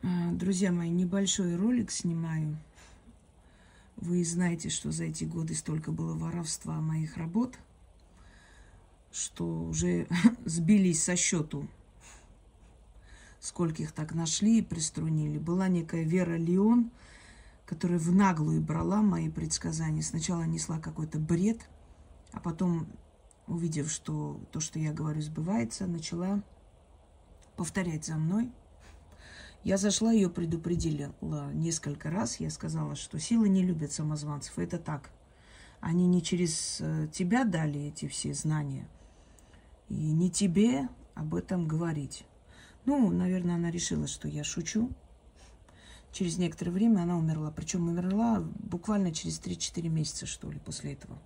Друзья мои, небольшой ролик снимаю. Вы знаете, что за эти годы столько было воровства моих работ, что уже сбились со счету, скольких так нашли и приструнили. Была некая Вера Леон, которая в наглую брала мои предсказания. Сначала несла какой-то бред, а потом, увидев, что то, что я говорю, сбывается, начала повторять за мной. Я зашла, ее предупредила несколько раз. Я сказала, что силы не любят самозванцев. Это так. Они не через тебя дали эти все знания. И не тебе об этом говорить. Ну, наверное, она решила, что я шучу. Через некоторое время она умерла. Причем умерла буквально через 3-4 месяца, что ли, после этого.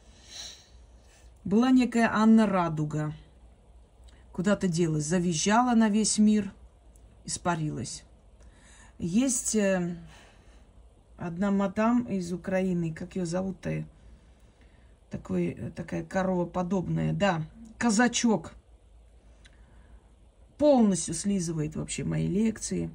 Была некая Анна Радуга. Куда-то делась. Завизжала на весь мир. Испарилась. Есть одна мадам из Украины, как ее зовут-то? Такая корова подобная. Да, казачок. Полностью слизывает вообще мои лекции.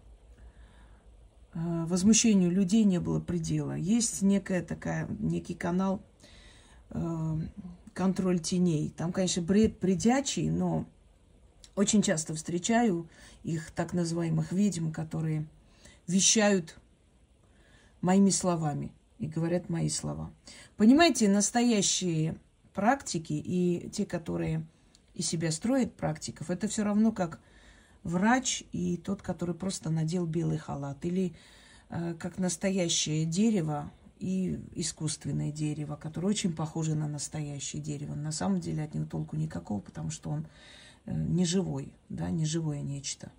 Возмущению людей не было предела. Есть некий канал «Контроль теней». Там, конечно, бред бредячий, но очень часто встречаю их так называемых ведьм, которые вещают моими словами и говорят мои слова. Понимаете, настоящие практики и те, которые из себя строят практиков, это все равно как врач и тот, который просто надел белый халат. Или как настоящее дерево и искусственное дерево, которое очень похоже на настоящее дерево. На самом деле от него толку никакого, потому что он неживой, да, неживое нечто.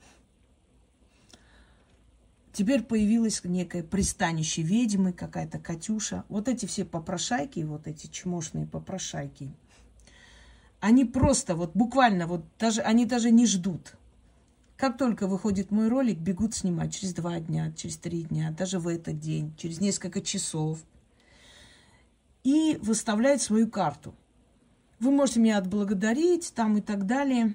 Теперь появилось некое пристанище ведьмы, какая-то Катюша. Вот эти все попрошайки, вот эти чмошные попрошайки, они просто вот буквально вот даже, они даже не ждут. Как только выходит мой ролик, бегут снимать через 2 дня, через 3 дня, даже в этот день, через несколько часов. И выставляют свою карту. Вы можете меня отблагодарить, там и так далее.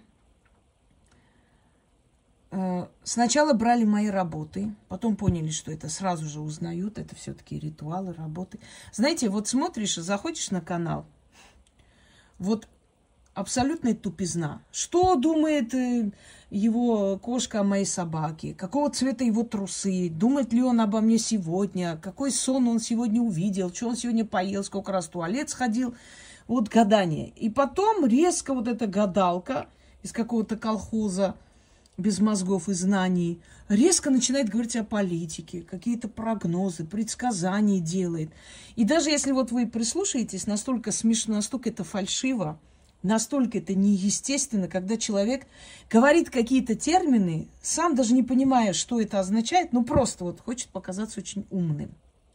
Сначала брали мои работы, потом поняли, что это сразу же узнают, это все-таки ритуалы, работы. Знаете, вот смотришь, заходишь на канал, вот абсолютная тупизна. Что думает его кошка о моей собаке? Какого цвета его трусы? Думает ли он обо мне сегодня? Какой сон он сегодня увидел? Что он сегодня поел? Сколько раз в туалет сходил? Вот гадание. И потом резко вот эта гадалка из какого-то колхоза без мозгов и знаний резко начинает говорить о политике, какие-то прогнозы, предсказания делает. И даже если вот вы прислушаетесь, настолько смешно, настолько это фальшиво, настолько это неестественно, когда человек говорит какие-то термины, сам даже не понимая, что это означает, но просто вот хочет показаться очень умным.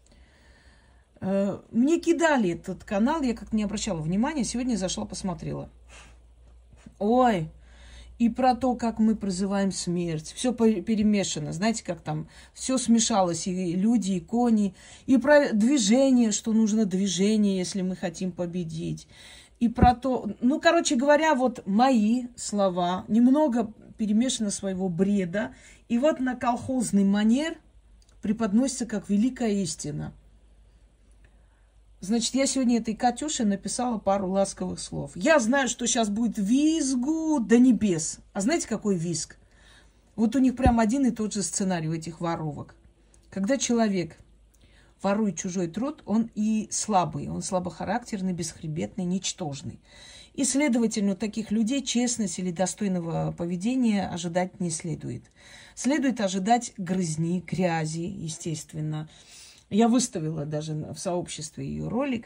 Мне кидали этот канал, я как-то не обращала внимания, сегодня зашла, посмотрела. Ой, и про то, как мы призываем смерть, все перемешано, знаете, как там все смешалось, и люди, и кони, и про движение, что нужно движение, если мы хотим победить, и про то, ну, короче говоря, вот мои слова, немного перемешано своего бреда, и вот на колхозный манер преподносится как великая истина. Значит, я сегодня этой Катюше написала пару ласковых слов. Я знаю, что сейчас будет визгу до небес. А знаете, какой визг? Вот у них прям один и тот же сценарий у этих воровок. Когда человек ворует чужой труд, он и слабый, он слабохарактерный, бесхребетный, ничтожный. И, следовательно, у таких людей честность или достойного поведения ожидать не следует. Следует ожидать грызни, грязи, естественно. Я выставила даже в сообществе ее ролик.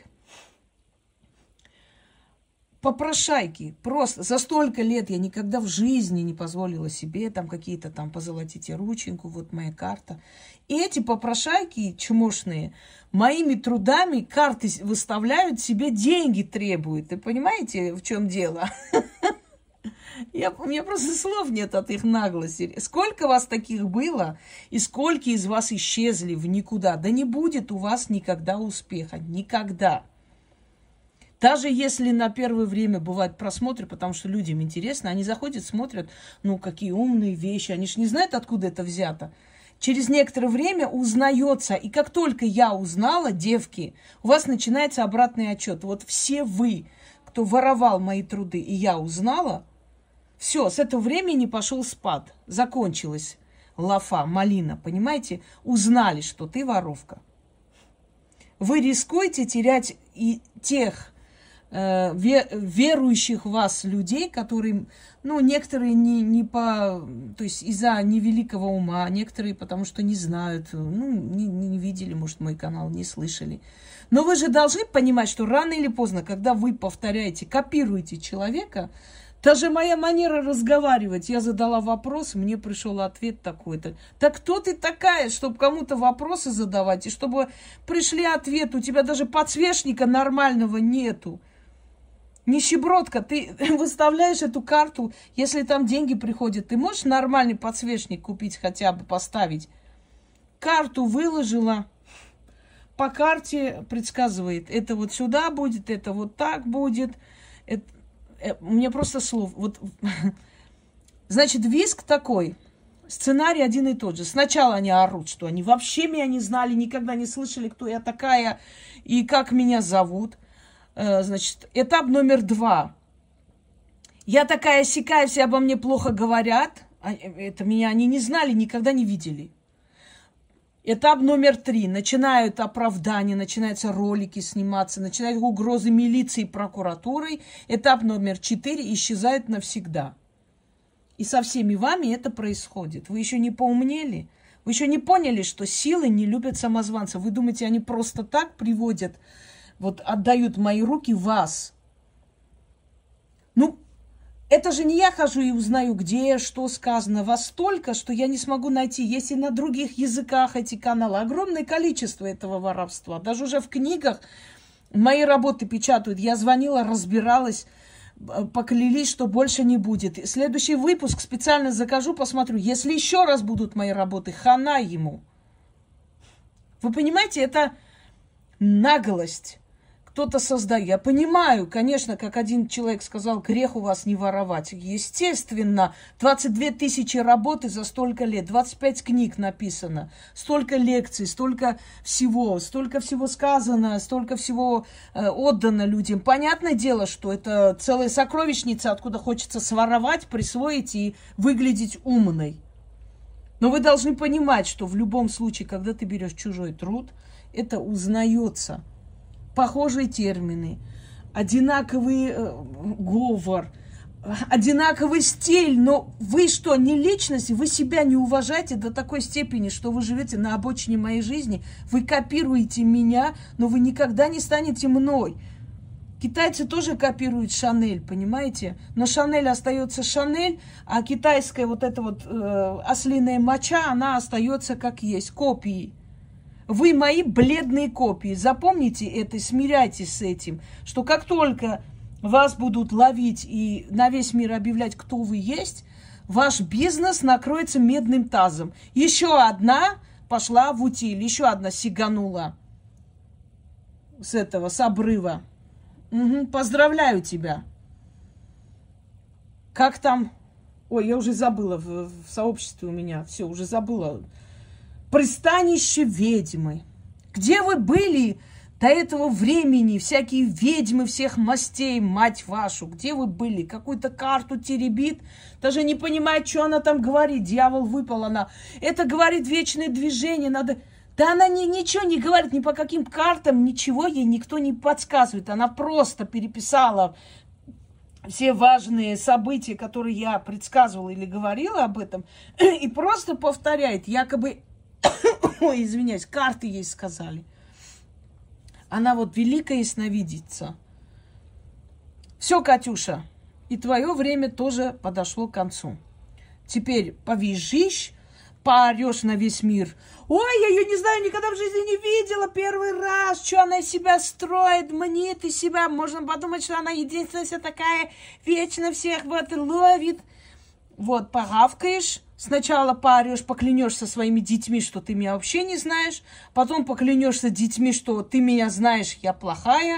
Попрошайки. Просто за столько лет я никогда в жизни не позволила себе там какие-то там позолотите рученьку, вот моя карта. И эти попрошайки чмошные моими трудами карты выставляют, себе деньги требуют. Вы понимаете, в чем дело? У меня просто слов нет от их наглости. Сколько вас таких было, и сколько из вас исчезли в никуда. Да не будет у вас никогда успеха. Никогда. Даже если на первое время бывают просмотры, потому что людям интересно, они заходят, смотрят, ну, какие умные вещи, они же не знают, откуда это взято. Через некоторое время узнается, и как только я узнала, девки, у вас начинается обратный отчет. Вот все вы, кто воровал мои труды, и я узнала, все, с этого времени пошел спад, закончилась лафа, малина, понимаете? Узнали, что ты воровка. Вы рискуете терять и тех верующих в вас людей, которые, ну, некоторые то есть из-за невеликого ума, некоторые потому что не знают, ну, не видели, может, мой канал, не слышали. Но вы же должны понимать, что рано или поздно, когда вы повторяете, копируете человека, даже моя манера разговаривать, я задала вопрос, мне пришел ответ такой-то. Так кто ты такая, чтобы кому-то вопросы задавать, и чтобы пришли ответы, у тебя даже подсвечника нормального нету. Нищебродка, ты выставляешь эту карту, если там деньги приходят, ты можешь нормальный подсвечник купить хотя бы, поставить? Карту выложила, по карте предсказывает, это вот сюда будет, это вот так будет. Мне просто слов. Вот. Значит, визг такой, сценарий один и тот же. Сначала они орут, что они вообще меня не знали, никогда не слышали, кто я такая и как меня зовут. Значит, этап номер 2. Я такая сякая, все обо мне плохо говорят. Это меня они не знали, никогда не видели. Этап номер 3. Начинают оправдания, начинаются ролики сниматься, начинают угрозы милиции, прокуратурой. Этап номер 4. Исчезают навсегда. И со всеми вами это происходит. Вы еще не поумнели? Вы еще не поняли, что силы не любят самозванцев? Вы думаете, они просто так приводят, вот отдают в мои руки вас? Ну, это же не я хожу и узнаю, где, что сказано. Вас столько, что я не смогу найти. Есть и на других языках эти каналы. Огромное количество этого воровства. Даже уже в книгах мои работы печатают. Я звонила, разбиралась, поклялись, что больше не будет. Следующий выпуск специально закажу, посмотрю. Если еще раз будут мои работы, хана ему. Вы понимаете, это наглость. Кто-то создает. Я понимаю, конечно, как один человек сказал, грех у вас не воровать. Естественно, 22 тысячи работы за столько лет, 25 книг написано, столько лекций, столько всего сказано, столько всего отдано людям. Понятное дело, что это целая сокровищница, откуда хочется своровать, присвоить и выглядеть умной. Но вы должны понимать, что в любом случае, когда ты берешь чужой труд, это узнается. Похожие термины, одинаковый говор, одинаковый стиль. Но вы что, не личность? Вы себя не уважаете до такой степени, что вы живете на обочине моей жизни. Вы копируете меня, но вы никогда не станете мной. Китайцы тоже копируют Шанель, понимаете? Но Шанель остается Шанель, а китайская вот эта вот ослиная моча, она остается как есть, копией. Вы мои бледные копии. Запомните это, смиряйтесь с этим, что как только вас будут ловить и на весь мир объявлять, кто вы есть, ваш бизнес накроется медным тазом. Еще одна пошла в утиль, еще одна сиганула с обрыва. Угу, поздравляю тебя. Как там? Ой, я уже забыла в сообществе у меня. Все, уже забыла. Пристанище ведьмы. Где вы были до этого времени? Всякие ведьмы всех мастей, мать вашу. Где вы были? Какую-то карту теребит. Даже не понимает, что она там говорит. Дьявол выпал она. Это говорит вечное движение. Надо... Да она ничего не говорит, ни по каким картам, ничего ей никто не подсказывает. Она просто переписала все важные события, которые я предсказывала или говорила об этом, и просто повторяет, якобы... Ой, извиняюсь, карты ей сказали. Она вот великая ясновидица. Все, Катюша, и твое время тоже подошло к концу. Теперь повизжишь, поорешь на весь мир. Ой, я ее не знаю, никогда в жизни не видела, первый раз. Что она из себя строит, мнит из себя. Можно подумать, что она единственная вся такая, вечно всех вот ловит. Вот, погавкаешь. Сначала поорешь, поклянешься своими детьми, что ты меня вообще не знаешь. Потом поклянешься детьми, что ты меня знаешь, я плохая.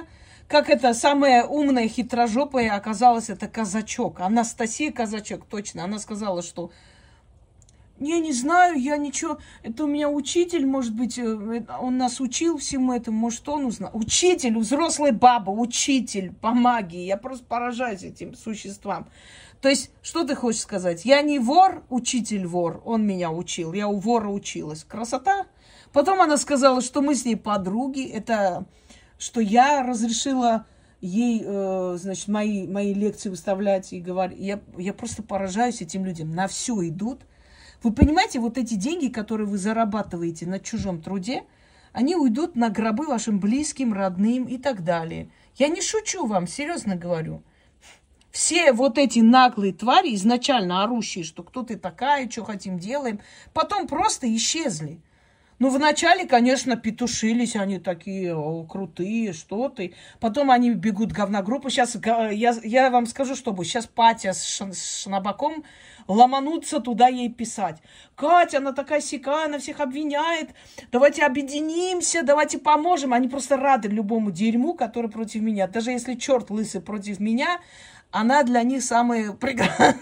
как это самая умная, хитрожопая оказалась, это Казачок. Анастасия Казачок, точно. Она сказала, что я не знаю, я ничего, это у меня учитель, может быть, он нас учил всему этому, может, он узнал. Учитель, взрослая баба, учитель по магии. Я просто поражаюсь этим существам. То есть, что ты хочешь сказать? Я не вор, учитель вор, он меня учил, я у вора училась. Красота. Потом она сказала, что мы с ней подруги, это что я разрешила ей, значит, мои лекции выставлять и говорить. Я просто поражаюсь этим людям. На все идут. Вы понимаете, вот эти деньги, которые вы зарабатываете на чужом труде, они уйдут на гробы вашим близким, родным и так далее. Я не шучу вам, серьезно говорю. Все вот эти наглые твари, изначально орущие, что кто ты такая, что хотим делаем, потом просто исчезли. Ну, вначале, конечно, петушились, они такие крутые, что ты. Потом они бегут в говногруппу. Сейчас я вам скажу, что будет. Сейчас Патя с Шнабаком ломанутся туда ей писать. Катя, она такая сякая, она всех обвиняет. Давайте объединимся, давайте поможем. Они просто рады любому дерьму, которое против меня. Даже если черт лысый против меня, она для них самая прекрасная.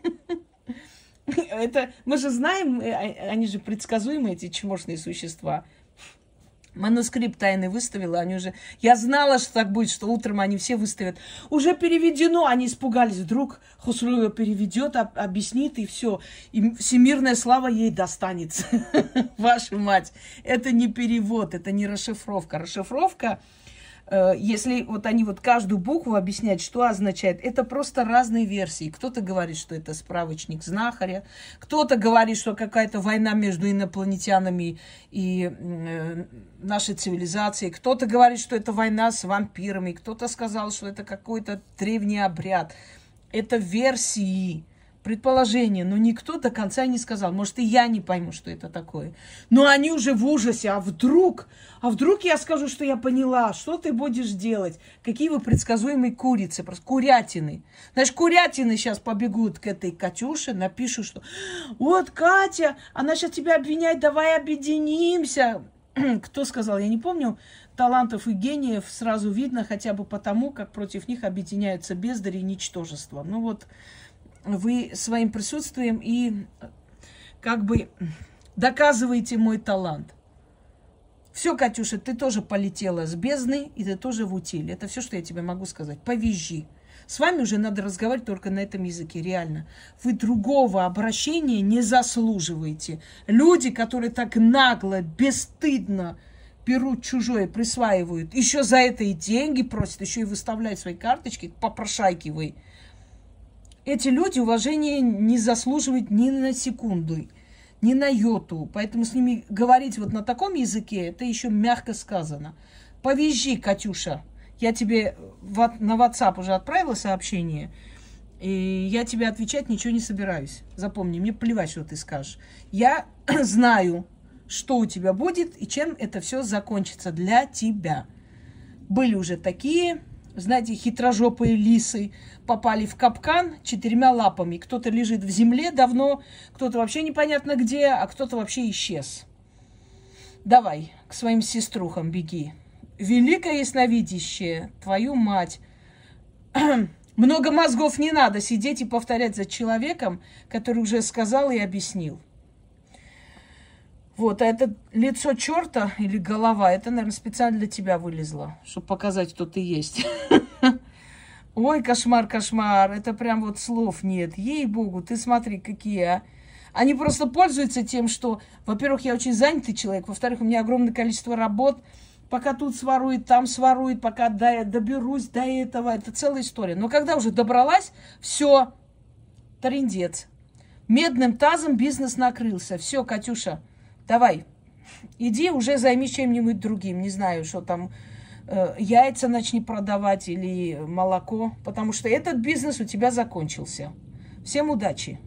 Это мы же знаем, они же предсказуемые, эти чмошные существа. Манускрипт тайный выставила, они уже... Я знала, что так будет, что утром они все выставят. Уже переведено, они испугались. Вдруг Хусру ее переведет, объяснит, и все. И всемирная слава ей достанется. Вашу мать. Это не перевод, это не расшифровка. Расшифровка... Если вот они вот каждую букву объясняют, что означает, это просто разные версии. Кто-то говорит, что это справочник знахаря, кто-то говорит, что какая-то война между инопланетянами и нашей цивилизацией, кто-то говорит, что это война с вампирами, кто-то сказал, что это какой-то древний обряд. Это версии, предположения, но никто до конца не сказал. Может, и я не пойму, что это такое. Но они уже в ужасе. А вдруг я скажу, что я поняла, что ты будешь делать? Какие вы предсказуемые курицы, просто курятины. Знаешь, курятины сейчас побегут к этой Катюше, напишут, что вот Катя, она сейчас тебя обвиняет, давай объединимся. Кто сказал, я не помню. Талантов и гениев сразу видно хотя бы потому, как против них объединяются бездари и ничтожества. Ну вот, вы своим присутствием и как бы доказываете мой талант. Все, Катюша, ты тоже полетела с бездны, и ты тоже в утиль. Это все, что я тебе могу сказать. Повизжи. С вами уже надо разговаривать только на этом языке, реально. Вы другого обращения не заслуживаете. Люди, которые так нагло, бесстыдно берут чужое, присваивают, еще за это и деньги просят, еще и выставляют свои карточки, попрошайки вы. Эти люди уважения не заслуживают ни на секунду, ни на йоту. Поэтому с ними говорить вот на таком языке, это еще мягко сказано. Повизжи, Катюша. Я тебе на WhatsApp уже отправила сообщение, и я тебе отвечать ничего не собираюсь. Запомни, мне плевать, что ты скажешь. Я знаю, что у тебя будет и чем это все закончится для тебя. Были уже такие... Знаете, хитрожопые лисы попали в капкан 4 лапами. Кто-то лежит в земле давно, кто-то вообще непонятно где, а кто-то вообще исчез. Давай к своим сеструхам беги. Великое ясновидящее, твою мать. Много мозгов не надо сидеть и повторять за человеком, который уже сказал и объяснил. Вот, а это лицо черта или голова, это, наверное, специально для тебя вылезло, чтобы показать, кто ты есть. Ой, кошмар, кошмар, это прям вот слов нет. Ей-богу, ты смотри, какие, а. Они просто пользуются тем, что, во-первых, я очень занятый человек, во-вторых, у меня огромное количество работ, пока тут сворует, там сворует, пока доберусь до этого, это целая история. Но когда уже добралась, все, трындец. Медным тазом бизнес накрылся. Все, Катюша. Давай, иди уже займись чем-нибудь другим. Не знаю, что там, яйца начни продавать или молоко. Потому что этот бизнес у тебя закончился. Всем удачи!